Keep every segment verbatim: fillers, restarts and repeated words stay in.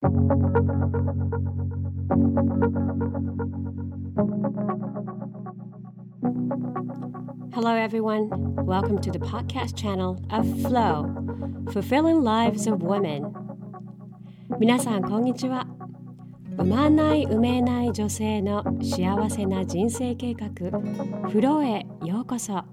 Hello, everyone. Welcome to the podcast channel of Flow, Fulfilling Lives of Women. 皆さん、こんにちは。産まない産めない女性の幸せな人生計画、フローへようこそ。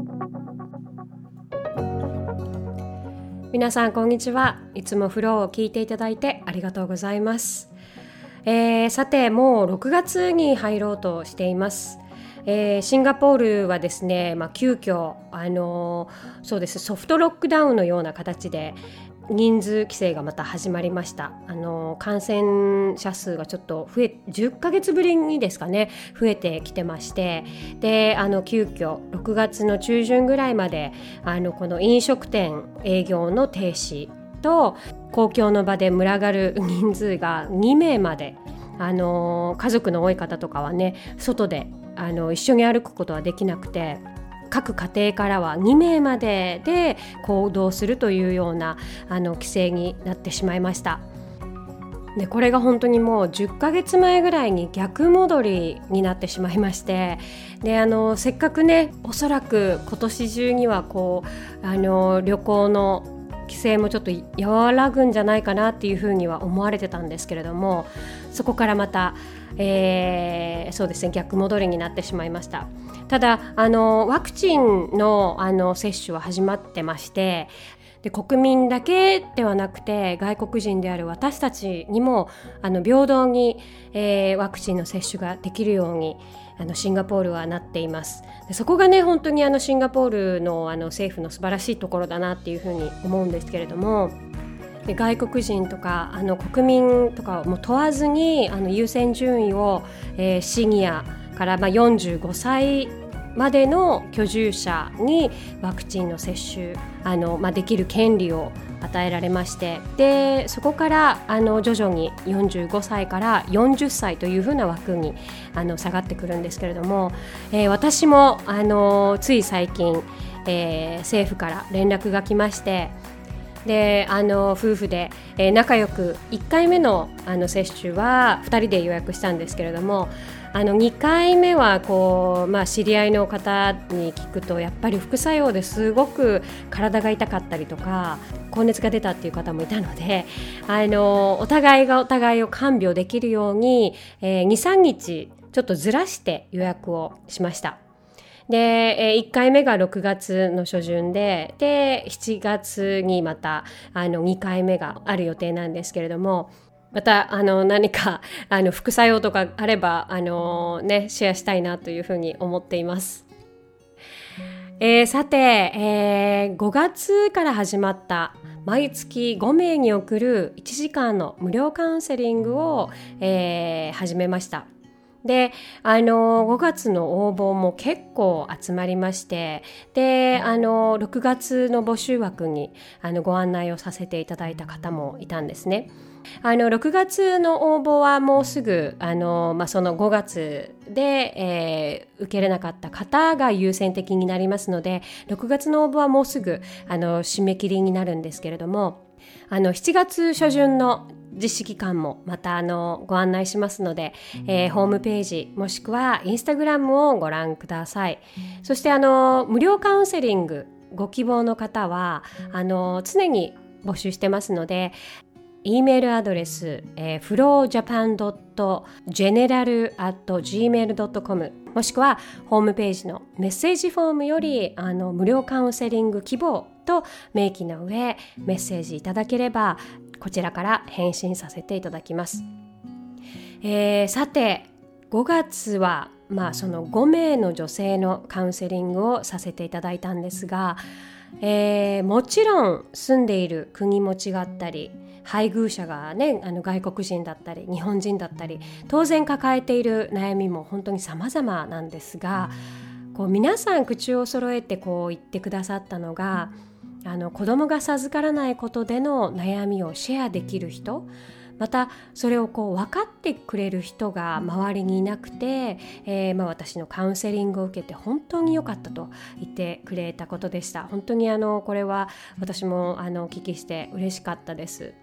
皆さん、こんにちは。いつもフローを聞いていただいてありがとうございます。えー、さて、もうろくがつに入ろうとしています。えー、シンガポールはですね、まあ、急遽、あのー、そうですソフトロックダウンのような形で人数規制がまた始まりました。あのー、感染者数がちょっと増えじゅっかげつぶりにですかね増えてきてまして、であの急遽ろくがつの中旬ぐらいまであのこの飲食店営業の停止と公共の場で群がる人数がにめいまで、あのー、家族の多い方とかはね外であの一緒に歩くことはできなくて、各家庭からはにめいまでで行動するというようなあの規制になってしまいました。でこれが本当にもうじゅっかげつまえぐらいに逆戻りになってしまいまして、であのせっかくねおそらく今年中にはこうあの旅行の規制もちょっと和らぐんじゃないかなっていうふうには思われてたんですけれども、そこからまた、えー、そうですね逆戻りになってしまいました。ただあのワクチン の, あの接種は始まってまして、で国民だけではなくて外国人である私たちにもあの平等に、えー、ワクチンの接種ができるようにあのシンガポールはなっています。でそこがね本当にあのシンガポール の, あの政府の素晴らしいところだなっていうふうに思うんですけれども、で外国人とかあの国民とかをも問わずにあの優先順位を、えー、シニアからまあよんじゅうごさいまでの居住者にワクチンの接種あの、まあ、できる権利を与えられまして、でそこからあの徐々によんじゅうごさいからよんじゅっさいというふうな枠にあの下がってくるんですけれども、えー、私もあのつい最近、えー、政府から連絡が来まして、であの夫婦で、えー、仲良くいっかいめ の, あの接種はふたりで予約したんですけれども、あのにかいめはこう、まあ、知り合いの方に聞くとやっぱり副作用ですごく体が痛かったりとか高熱が出たっていう方もいたので、あのお互いがお互いを看病できるように、えー、にさんにちちょっとずらして予約をしました。でいっかいめがろくがつの初旬で、でしちがつにまたあのにかいめがある予定なんですけれども、またあの何かあの副作用とかあればあの、ね、シェアしたいなというふうに思っています。えー、さて、えー、ごがつから始まった毎月ごめいに送るいちじかんの無料カウンセリングを、えー、始めました。であのごがつの応募も結構集まりまして、であのろくがつの募集枠にあのご案内をさせていただいた方もいたんですね。あのろくがつの応募はもうすぐあの、まあ、そのごがつで、えー、受けれなかった方が優先的になりますので、ろくがつの応募はもうすぐあの締め切りになるんですけれども、あのしちがつ初旬の実施期間もまたあのご案内しますので、えー、ホームページもしくはインスタグラムをご覧ください。そしてあの無料カウンセリングご希望の方はあの常に募集してますので、E メールアドレス、えー、フロージャパンドットジェネラルアットジーメールドットコム もしくはホームページのメッセージフォームよりあの無料カウンセリング希望と明記の上メッセージいただければこちらから返信させていただきます。えー、さてごがつは、まあ、そのごめいの女性のカウンセリングをさせていただいたんですが、えー、もちろん住んでいる国も違ったり配偶者が、ね、あの外国人だったり日本人だったり当然抱えている悩みも本当に様々なんですが、こう皆さん口を揃えてこう言ってくださったのが、あの子供が授からないことでの悩みをシェアできる人、またそれをこう分かってくれる人が周りにいなくて、えーまあ、私のカウンセリングを受けて本当に良かったと言ってくれたことでした。本当にあのこれは私もあのお聞きして嬉しかったです。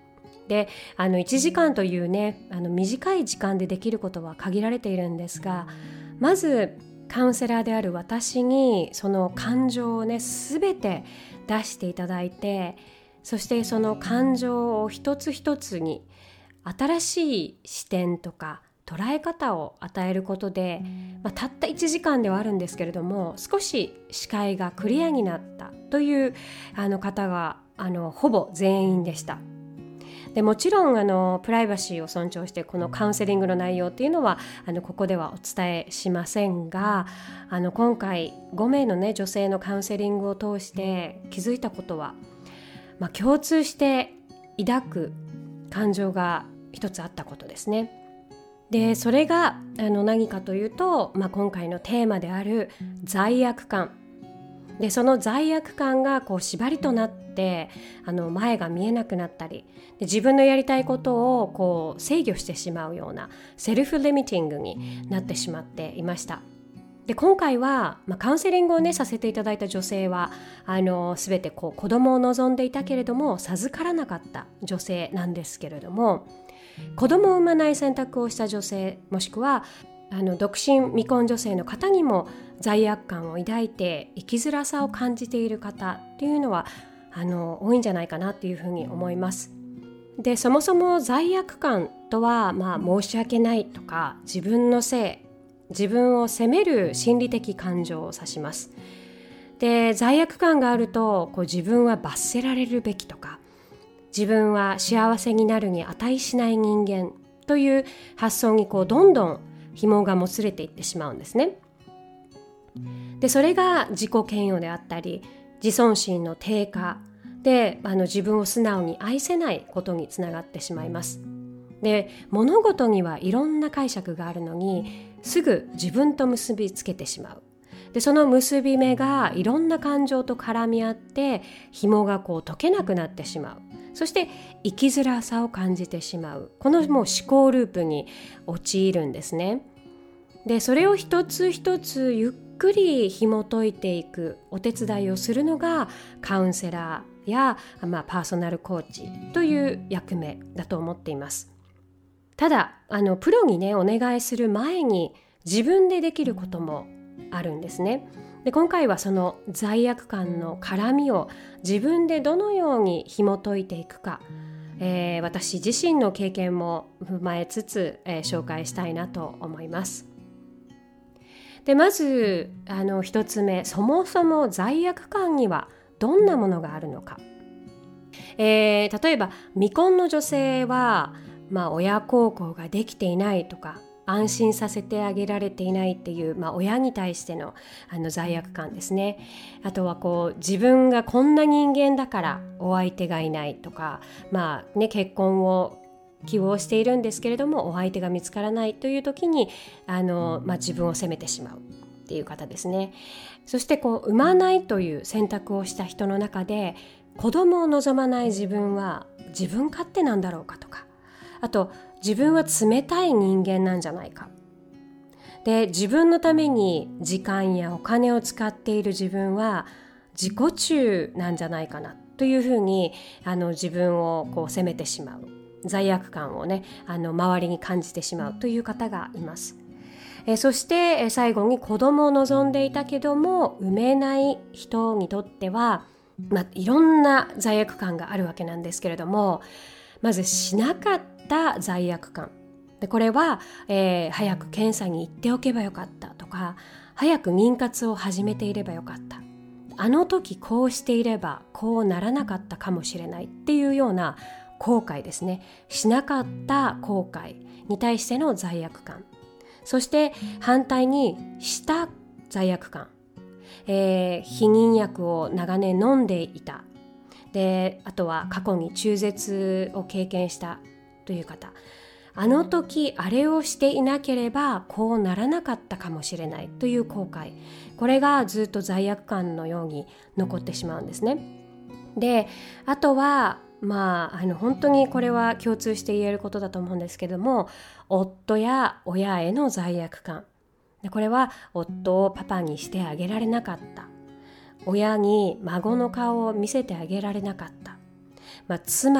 であのいちじかんというねあの短い時間でできることは限られているんですが、まずカウンセラーである私にその感情をね全て出していただいて、そしてその感情を一つ一つに新しい視点とか捉え方を与えることで、まあ、たったいちじかんではあるんですけれども少し視界がクリアになったというあの方があのほぼ全員でした。でもちろんあのプライバシーを尊重してこのカウンセリングの内容っていうのはあのここではお伝えしませんが、あの今回ごめいの、ね、女性のカウンセリングを通して気づいたことは、まあ、共通して抱く感情が一つあったことですね。でそれがあの何かというと、まあ、今回のテーマである罪悪感で、その罪悪感がこう縛りとなってあの前が見えなくなったりで、自分のやりたいことをこう制御してしまうようなセルフリミティングになってしまっていました。で今回は、まあ、カウンセリングを、ね、させていただいた女性はあの全てこう子供を望んでいたけれども授からなかった女性なんですけれども、子供を産まない選択をした女性、もしくはあの独身未婚女性の方にも罪悪感を抱いて生きづらさを感じている方っていうのはあの多いんじゃないかなというふうに思います。でそもそも罪悪感とは、まあ、申し訳ないとか自分のせい、自分を責める心理的感情を指します。で罪悪感があるとこう自分は罰せられるべきとか、自分は幸せになるに値しない人間という発想にこうどんどん紐がもつれていってしまうんですね。でそれが自己嫌悪であったり自尊心の低下であの自分を素直に愛せないことにつながってしまいます。で物事にはいろんな解釈があるのにすぐ自分と結びつけてしまう。でその結び目がいろんな感情と絡み合って紐がこう解けなくなってしまう。そして生きづらさを感じてしまう。このもう思考ループに陥るんですね。でそれを一つ一つゆっくり紐解いていくお手伝いをするのがカウンセラーや、まあ、パーソナルコーチという役目だと思っています。ただあのプロにねお願いする前に自分でできることもあるんですね。で今回はその罪悪感の絡みを自分でどのように紐解いていくか、えー、私自身の経験も踏まえつつ、えー、紹介したいなと思います。でまずあの一つ目、そもそも罪悪感にはどんなものがあるのか。えー、例えば未婚の女性は、まあ、親孝行ができていないとか安心させてあげられていないっていう、まあ、親に対しての、あの罪悪感ですね。あとはこう自分がこんな人間だからお相手がいないとか、まあね、結婚を希望しているんですけれどもお相手が見つからないという時にあの、まあ、自分を責めてしまうっていう方ですね。そしてこう産まないという選択をした人の中で子供を望まない自分は自分勝手なんだろうかとか、あと自分は冷たい人間なんじゃないか、で自分のために時間やお金を使っている自分は自己中なんじゃないかなというふうにあの自分をこう責めてしまう、罪悪感をねあの周りに感じてしまうという方がいます。えそして最後に子供を望んでいたけども産めない人にとっては、まあ、いろんな罪悪感があるわけなんですけれども、まずしなかった罪悪感で、これは、えー、早く検査に行っておけばよかったとか、早く妊活を始めていればよかった、あの時こうしていればこうならなかったかもしれないっていうような後悔ですね。しなかった後悔に対しての罪悪感、そして反対にした罪悪感、えー、避妊薬を長年飲んでいた、であとは過去に中絶を経験したという方、あの時あれをしていなければこうならなかったかもしれないという後悔、これがずっと罪悪感のように残ってしまうんですね。であとはまあ、あの本当にこれは共通して言えることだと思うんですけども、夫や親への罪悪感で、これは夫をパパにしてあげられなかった、親に孫の顔を見せてあげられなかった、まあ、妻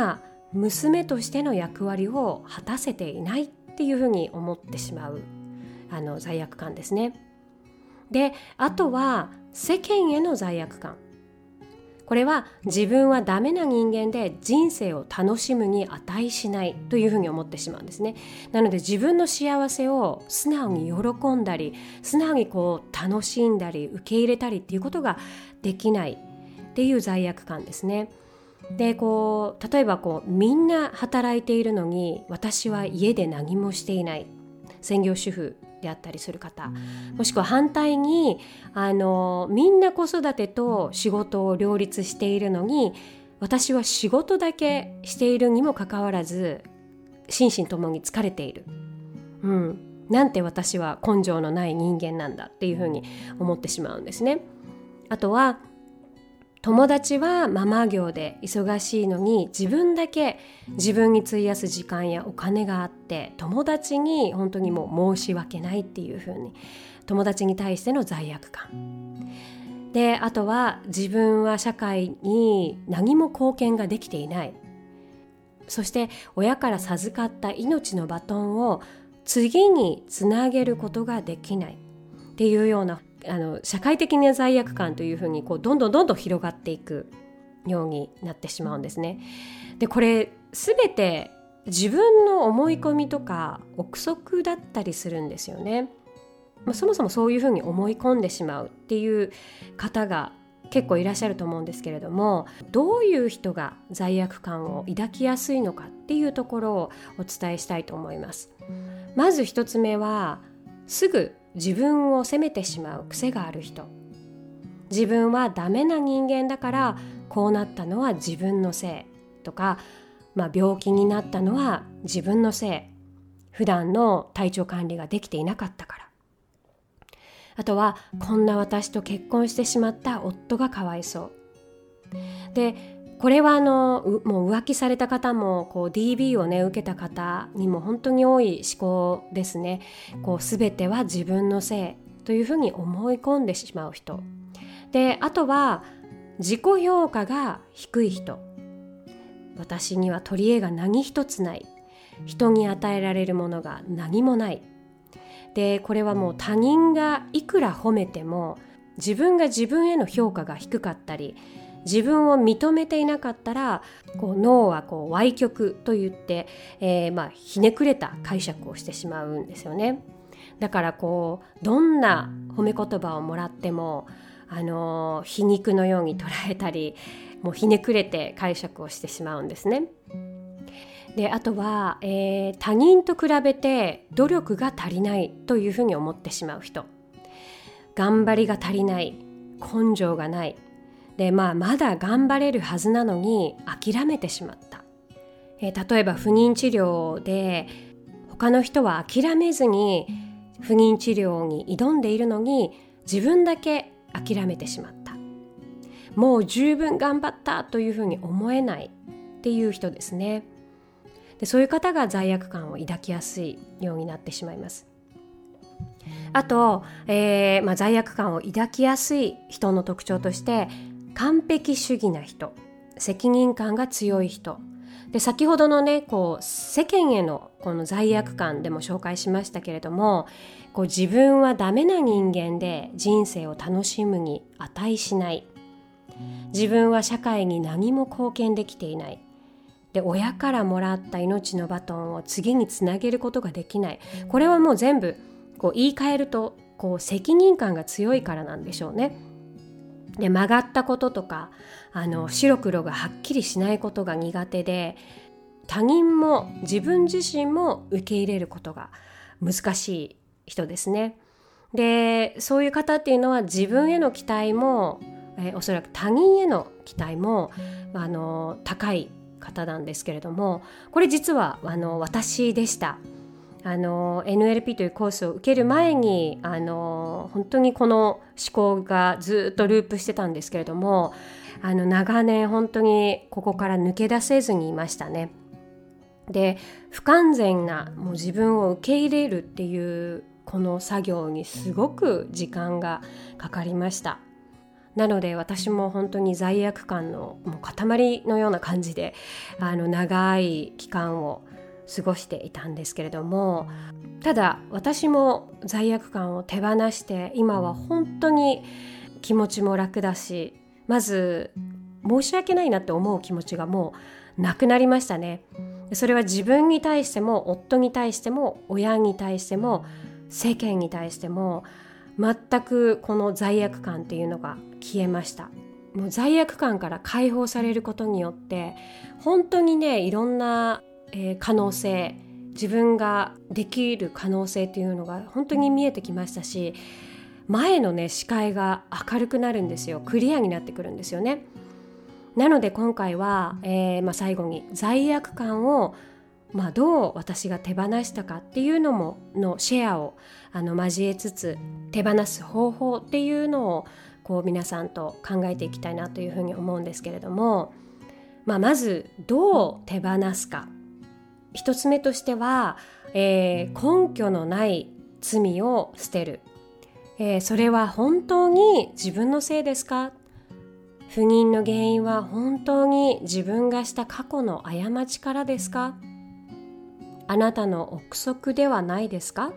娘としての役割を果たせていないっていうふうに思ってしまうあの罪悪感ですね。で、あとは世間への罪悪感。これは自分はダメな人間で人生を楽しむに値しないというふうに思ってしまうんですね。なので自分の幸せを素直に喜んだり、素直にこう楽しんだり受け入れたりっていうことができないっていう罪悪感ですね。で、こう例えばこうみんな働いているのに私は家で何もしていない、専業主婦であったりする方、もしくは反対にあのみんな子育てと仕事を両立しているのに私は仕事だけしているにもかかわらず心身ともに疲れている、うん、なんて私は根性のない人間なんだっていうふうに思ってしまうんですね。あとは友達はママ業で忙しいのに自分だけ自分に費やす時間やお金があって友達に本当にもう申し訳ないっていう風に友達に対しての罪悪感で、あとは自分は社会に何も貢献ができていない、そして親から授かった命のバトンを次につなげることができないっていうようなあの社会的な罪悪感というふうにこうどんどんどんどん広がっていくようになってしまうんですね。で、これすべて自分の思い込みとか憶測だったりするんですよね。まあ、そもそもそういうふうに思い込んでしまうっていう方が結構いらっしゃると思うんですけれども、どういう人が罪悪感を抱きやすいのかっていうところをお伝えしたいと思います。まず一つ目は、すぐ自分を責めてしまう癖がある人。自分はダメな人間だからこうなったのは自分のせいとか、まあ、病気になったのは自分のせい、普段の体調管理ができていなかったから、あとはこんな私と結婚してしまった夫がかわいそうで、これはあのもう浮気された方もこう ディービー をね受けた方にも本当に多い思考ですね。こう全ては自分のせいというふうに思い込んでしまう人で、あとは自己評価が低い人。私には取り柄が何一つない、人に与えられるものが何もないで、これはもう他人がいくら褒めても自分が自分への評価が低かったり、自分を認めていなかったらこう脳はこう歪曲といって、えーまあ、ひねくれた解釈をしてしまうんですよね。だからこうどんな褒め言葉をもらっても、あのー、皮肉のように捉えたり、もうひねくれて解釈をしてしまうんですね。で、あとは、えー、他人と比べて努力が足りないというふうに思ってしまう人。頑張りが足りない、根性がないで、まあ、まだ頑張れるはずなのに諦めてしまった、えー、例えば不妊治療で他の人は諦めずに不妊治療に挑んでいるのに自分だけ諦めてしまった、もう十分頑張ったというふうに思えないっていう人ですね。で、そういう方が罪悪感を抱きやすいようになってしまいます。あと、えーまあ、罪悪感を抱きやすい人の特徴として完璧主義な人、責任感が強い人で、先ほどのねこう世間へのこの罪悪感でも紹介しましたけれども、こう自分はダメな人間で人生を楽しむに値しない、自分は社会に何も貢献できていない、で親からもらった命のバトンを次につなげることができない、これはもう全部こう言い換えるとこう責任感が強いからなんでしょうね。で、曲がったこととかあの白黒がはっきりしないことが苦手で、他人も自分自身も受け入れることが難しい人ですね。で、そういう方っていうのは自分への期待も、えー、おそらく他人への期待もあの高い方なんですけれども、これ実はあの私でした。あの エヌエルピー というコースを受ける前にあの本当にこの思考がずっとループしてたんですけれども、あの長年本当にここから抜け出せずにいましたね。で、不完全なもう自分を受け入れるっていうこの作業にすごく時間がかかりました。 なので私も本当に罪悪感のもう塊のような感じであの長い期間を過ごしていたんですけれども、ただ私も罪悪感を手放して今は本当に気持ちも楽だし、まず申し訳ないなって思う気持ちがもうなくなりましたね。それは自分に対しても夫に対しても親に対しても世間に対しても全くこの罪悪感っていうのが消えました。もう罪悪感から解放されることによって本当にね、いろんな、えー、可能性、自分ができる可能性っていうのが本当に見えてきましたし、前のね視界が明るくなるんですよ。クリアになってくるんですよね。なので今回は、えーまあ、最後に罪悪感をまあ、どう私が手放したかっていうのものシェアをあの交えつつ、手放す方法っていうのをこう皆さんと考えていきたいなというふうに思うんですけれども、まあ、まずどう手放すか。一つ目としては、えー、根拠のない罪を捨てる、えー、それは本当に自分のせいですか？不妊の原因は本当に自分がした過去の過ちからですか？あなたの憶測ではないですか？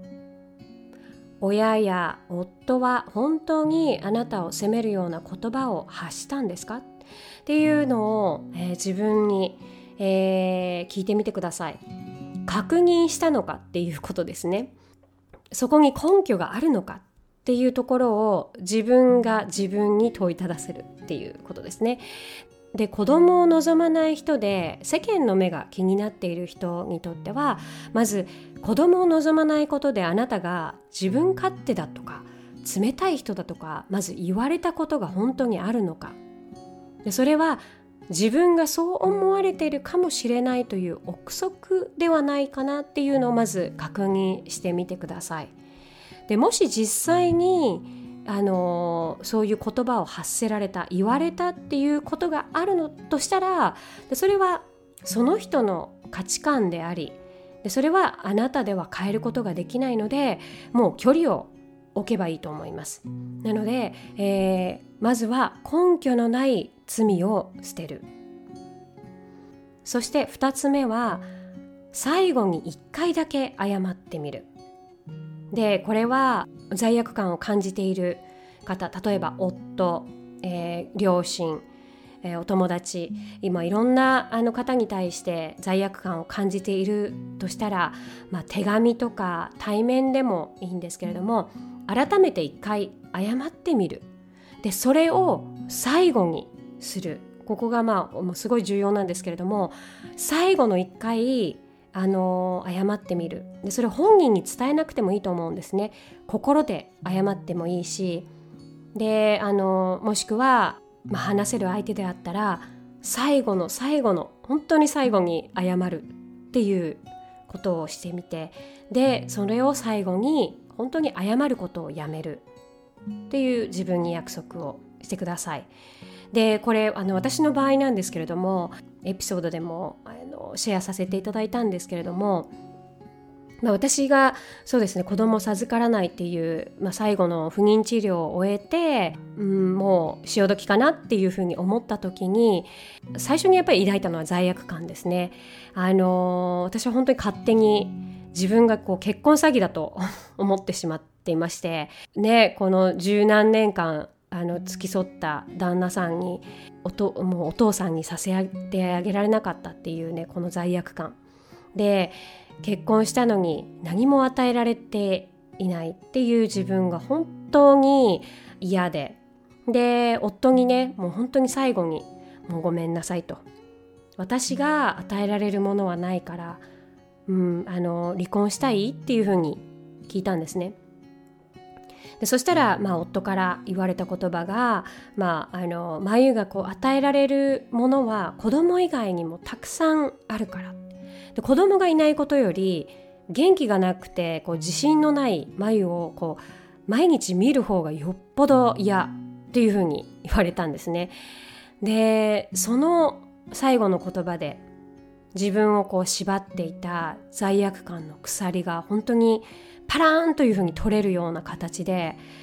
親や夫は本当にあなたを責めるような言葉を発したんですか？っていうのを、えー、自分に、えー、聞いてみてください。確認したのかっていうことですね。そこに根拠があるのかっていうところを自分が自分に問いただせるっていうことですね。で、子供を望まない人で世間の目が気になっている人にとっては、まず子供を望まないことであなたが自分勝手だとか冷たい人だとかまず言われたことが本当にあるのか。で、それは自分がそう思われているかもしれないという憶測ではないかなっていうのをまず確認してみてください。で、もし実際にあのそういう言葉を発せられた、言われたっていうことがあるのとしたら、それはその人の価値観であり、でそれはあなたでは変えることができないので、もう距離を置けばいいと思います。なので、えー、まずは根拠のない罪を捨てる。そしてふたつめは最後にいっかいだけ謝ってみる。で、これは罪悪感を感じている方、例えば夫、えー、両親、えー、お友達、今いろんなあの方に対して罪悪感を感じているとしたら、まあ、手紙とか対面でもいいんですけれども、改めて一回謝ってみる。で、それを最後にする。ここがまあもうすごい重要なんですけれども、最後の一回あの謝ってみる。で、それを本人に伝えなくてもいいと思うんですね。心で謝ってもいいし、で、あのもしくは、まあ、話せる相手であったら最後の最後の本当に最後に謝るっていうことをしてみて、でそれを最後に本当に謝ることをやめるっていう自分に約束をしてください。で、これあの私の場合なんですけれども、エピソードでもあのシェアさせていただいたんですけれども、まあ、私がそうですね、子供を授からないっていう、まあ、最後の不妊治療を終えて、うん、もう潮時かなっていうふうに思った時に、最初にやっぱり抱いたのは罪悪感ですね。あの私は本当に勝手に自分がこう結婚詐欺だと思ってしまっていまして、ね、この十何年間あの付き添った旦那さんにおともうお父さんにさせてあげられなかったっていうね、この罪悪感で、結婚したのに何も与えられていないっていう自分が本当に嫌で、で夫にね、もう本当に最後にもうごめんなさいと、私が与えられるものはないから、うん、あの離婚したいっていうふうに聞いたんですね。でそしたら、まあ、夫から言われた言葉が、まあ、あのまゆがこう与えられるものは子供以外にもたくさんあるから、で子供がいないことより元気がなくてこう自信のないまゆをこう毎日見る方がよっぽど嫌っていうふうに言われたんですね。でその最後の言葉で自分をこう縛っていた罪悪感の鎖が本当にパラーンというふうに取れるような形で、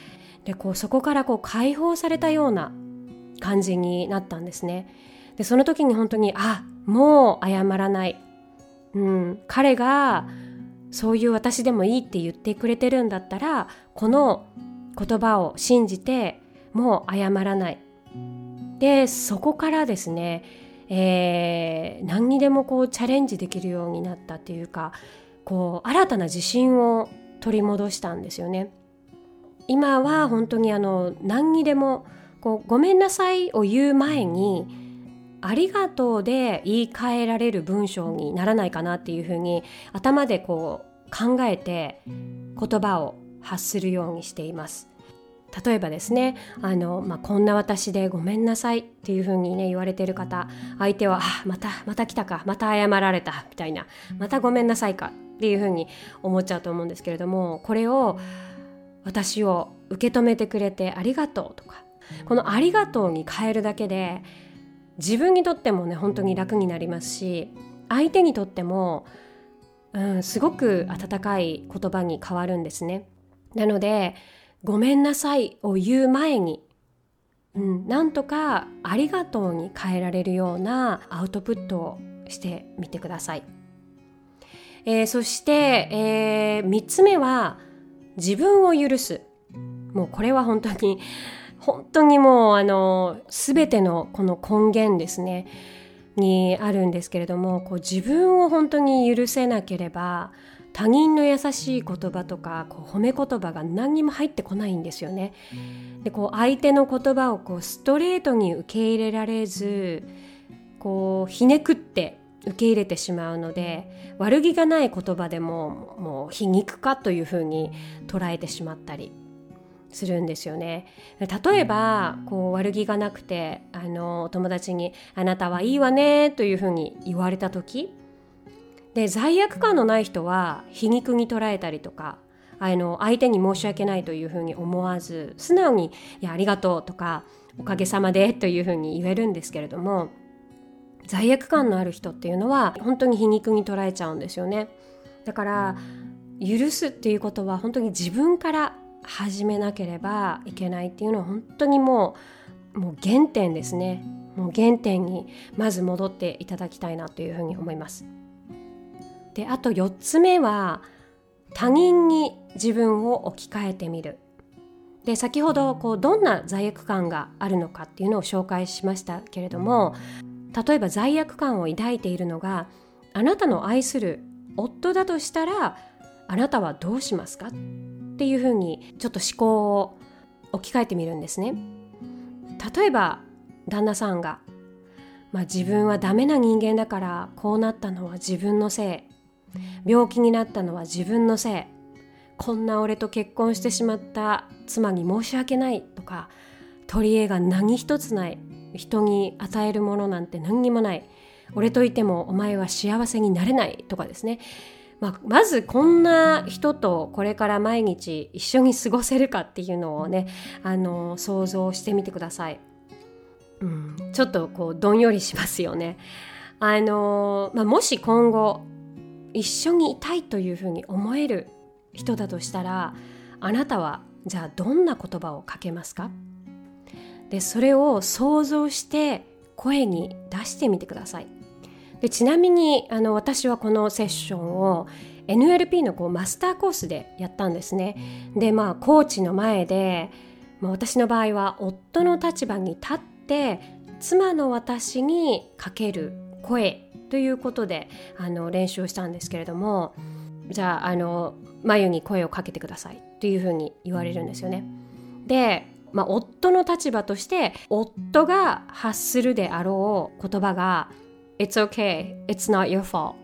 でこうそこからこう解放されたような感じになったんですね。でその時に本当にあもう謝らない、うん、彼がそういう私でもいいって言ってくれてるんだったらこの言葉を信じてもう謝らない。でそこからですね、えー、何にでもこうチャレンジできるようになったっていうか、こう新たな自信を取り戻したんですよね。今は本当にあの何にでもこうごめんなさいを言う前にありがとうで言い換えられる文章にならないかなっていうふうに頭でこう考えて言葉を発するようにしています。例えばですね、あの、まあ、こんな私でごめんなさいっていうふうにね言われてる方、相手はあまたまた来たか、また謝られたみたいな、またごめんなさいかっていうふうに思っちゃうと思うんですけれども、これを私を受け止めてくれてありがとうとか、このありがとうに変えるだけで自分にとってもね本当に楽になりますし、相手にとっても、うん、すごく温かい言葉に変わるんですね。なのでごめんなさいを言う前に、うん、なんとかありがとうに変えられるようなアウトプットをしてみてください。えー、そして、えー、みっつめは自分を許す。もうこれは本当に本当にもうあの全てのこの根源ですねにあるんですけれども、こう自分を本当に許せなければ他人の優しい言葉とかこう褒め言葉が何にも入ってこないんですよね。でこう相手の言葉をこうストレートに受け入れられず、こうひねくって受け入れてしまうので、悪気がない言葉でももう皮肉かというふうに捉えてしまったりするんですよね。例えばこう悪気がなくてあのお友達にあなたはいいわねというふうに言われた時で、罪悪感のない人は皮肉に捉えたりとか、あの相手に申し訳ないというふうに思わず素直にいやありがとうとかおかげさまでというふうに言えるんですけれども、罪悪感のある人っていうのは本当に皮肉に捉えちゃうんですよね。だから許すっていうことは本当に自分から始めなければいけないっていうのは本当にもう、もう原点ですね。もう原点にまず戻っていただきたいなというふうに思います。で、あとよっつめは他人に自分を置き換えてみる。で、先ほどこうどんな罪悪感があるのかっていうのを紹介しましたけれども、例えば罪悪感を抱いているのがあなたの愛する夫だとしたら、あなたはどうしますかっていうふうにちょっと思考を置き換えてみるんですね。例えば旦那さんが、まあ、自分はダメな人間だからこうなったのは自分のせい、病気になったのは自分のせい、こんな俺と結婚してしまった妻に申し訳ないとか、取り柄が何一つない、人に与えるものなんて何にもない、俺といてもお前は幸せになれないとかですね。まあ、まずこんな人とこれから毎日一緒に過ごせるかっていうのをね、あの想像してみてください。うん、ちょっとこうどんよりしますよね。あの、まあ、もし今後一緒にいたいというふうに思える人だとしたら、あなたはじゃあどんな言葉をかけますか？で、それを想像して声に出してみてください。で、ちなみにあの私はこのセッションを エヌエルピー のこうマスターコースでやったんですね。で、まあコーチの前で、まあ、私の場合は夫の立場に立って妻の私にかける声ということであの練習をしたんですけれども、じゃああの眉に声をかけてくださいというふうに言われるんですよね。で、まあ、夫の立場として夫が発するであろう言葉が It's okay, it's not your fault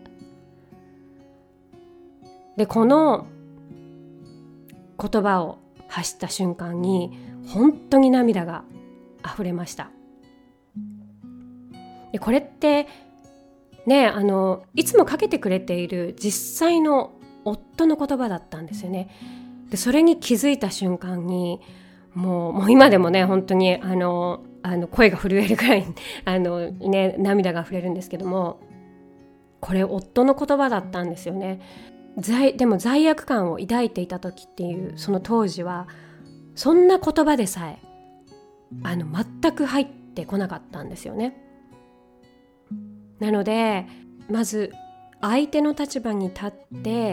で、この言葉を発した瞬間に本当に涙が溢れました。で、これってね、あのいつもかけてくれている実際の夫の言葉だったんですよね。で、それに気づいた瞬間にもう、もう今でもね本当にあのあの声が震えるくらいあの、ね、涙が溢れるんですけども、これ夫の言葉だったんですよね。罪でも罪悪感を抱いていた時っていうその当時はそんな言葉でさえあの全く入ってこなかったんですよね。なのでまず相手の立場に立って、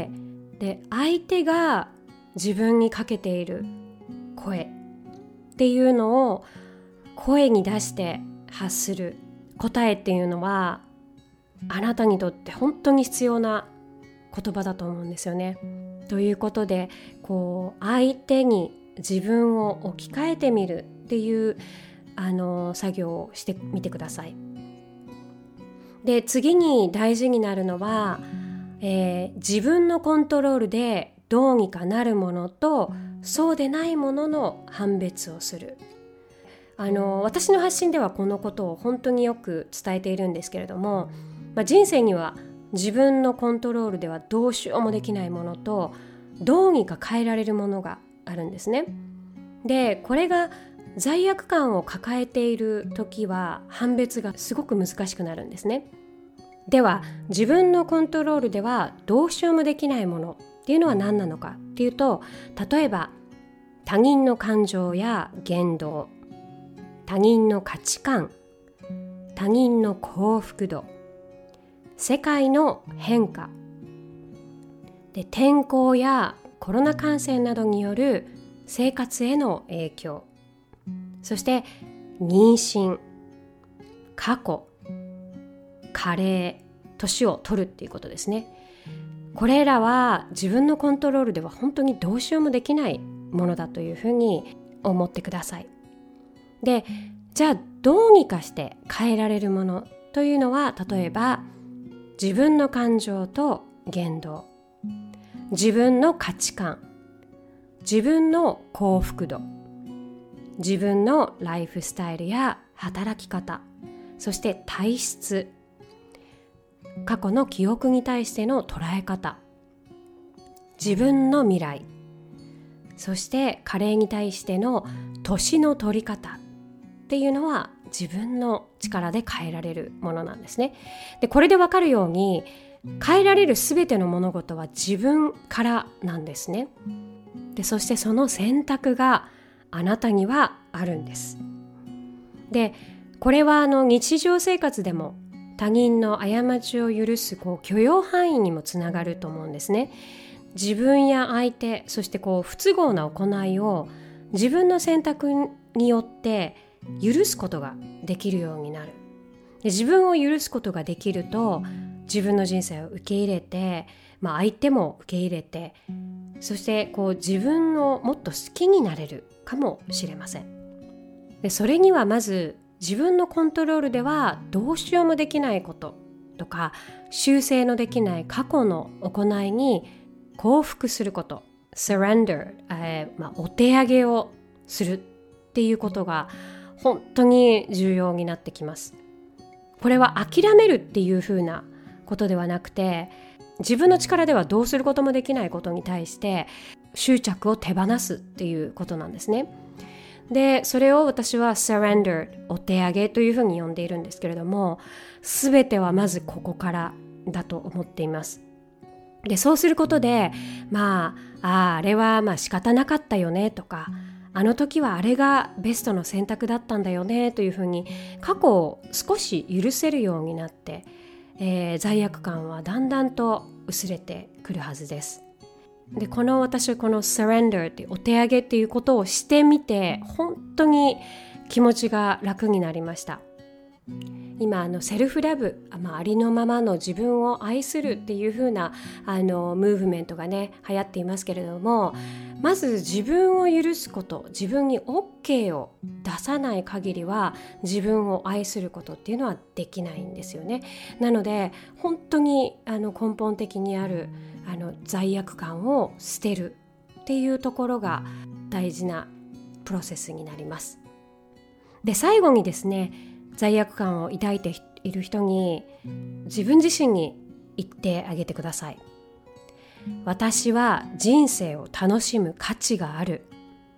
で相手が自分にかけている声っていうのを声に出して発する答えっていうのは、あなたにとって本当に必要な言葉だと思うんですよね。ということで、こう相手に自分を置き換えてみるっていうあの作業をしてみてください。で、次に大事になるのは、えー、自分のコントロールでどうにかなるものとそうでないものの判別をする。あの私の発信ではこのことを本当によく伝えているんですけれども、まあ、人生には自分のコントロールではどうしようもできないものとどうにか変えられるものがあるんですね。で、これが罪悪感を抱えている時は判別がすごく難しくなるんですね。では自分のコントロールではどうしようもできないものっていうのは何なのかっていうと、例えば他人の感情や言動、他人の価値観、他人の幸福度、世界の変化で、天候やコロナ感染などによる生活への影響、そして妊娠、過去、加齢、年を取るっていうことですね。これらは自分のコントロールでは本当にどうしようもできないものだというふうに思ってください。で、じゃあどうにかして変えられるものというのは、例えば自分の感情と言動、自分の価値観、自分の幸福度、自分のライフスタイルや働き方、そして体質、過去の記憶に対しての捉え方、自分の未来、そして加齢に対しての年の取り方っていうのは自分の力で変えられるものなんですね。で、これでわかるように変えられるすべての物事は自分からなんですね。で、そしてその選択があなたにはあるんです。で、これはあの日常生活でも他人の過ちを許すこう許容範囲にもつながると思うんですね。自分や相手、そしてこう不都合な行いを自分の選択によって許すことができるようになる。で、自分を許すことができると自分の人生を受け入れて、まあ、相手も受け入れて、そしてこう自分をもっと好きになれるかもしれません。で、それにはまず自分のコントロールではどうしようもできないこととか修正のできない過去の行いに降伏すること、surrender、えーまあ、お手上げをするっていうことが本当に重要になってきます。これは諦めるっていう風なことではなくて、自分の力ではどうすることもできないことに対して執着を手放すっていうことなんですね。で、それを私は surrender、 お手上げというふうに呼んでいるんですけれども、すべてはまずここからだと思っています。で、そうすることで、まあ、あ、あれはまあ仕方なかったよねとか、あの時はあれがベストの選択だったんだよねというふうに過去を少し許せるようになって、えー、罪悪感はだんだんと薄れてくるはずです。で、この私はこの surrender っていうお手上げっていうことをしてみて本当に気持ちが楽になりました。今あのセルフラブ、まあ、ありのままの自分を愛するっていう風なあのムーブメントがね流行っていますけれども、まず自分を許すこと、自分に OK を出さない限りは自分を愛することっていうのはできないんですよね。なので本当にあの根本的にあるあの罪悪感を捨てるっていうところが大事なプロセスになります。で、最後にですね、罪悪感を抱いている人に自分自身に言ってあげてください。私は人生を楽しむ価値がある。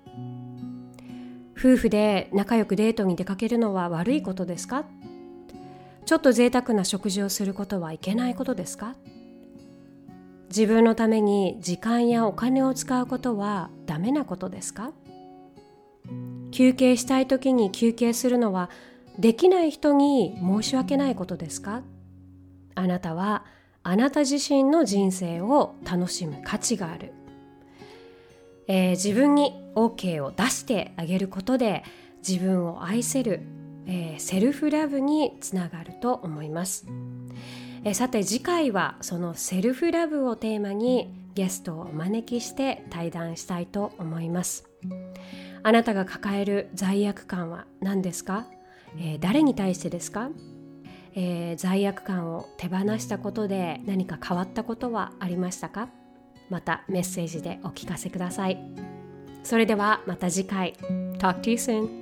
夫婦で仲良くデートに出かけるのは悪いことですか？ちょっと贅沢な食事をすることはいけないことですか？自分のために時間やお金を使うことはダメなことですか？ 休憩したい時に休憩するのはできない人に申し訳ないことですか？あなたはあなた自身の人生を楽しむ価値がある。えー、自分に OK を出してあげることで自分を愛せる、えー、セルフラブにつながると思います。えー、さて次回はそのセルフラブをテーマにゲストをお招きして対談したいと思います。あなたが抱える罪悪感は何ですか？えー、誰に対してですか？えー、罪悪感を手放したことで何か変わったことはありましたか？またメッセージでお聞かせください。それではまた次回。Talk to you soon.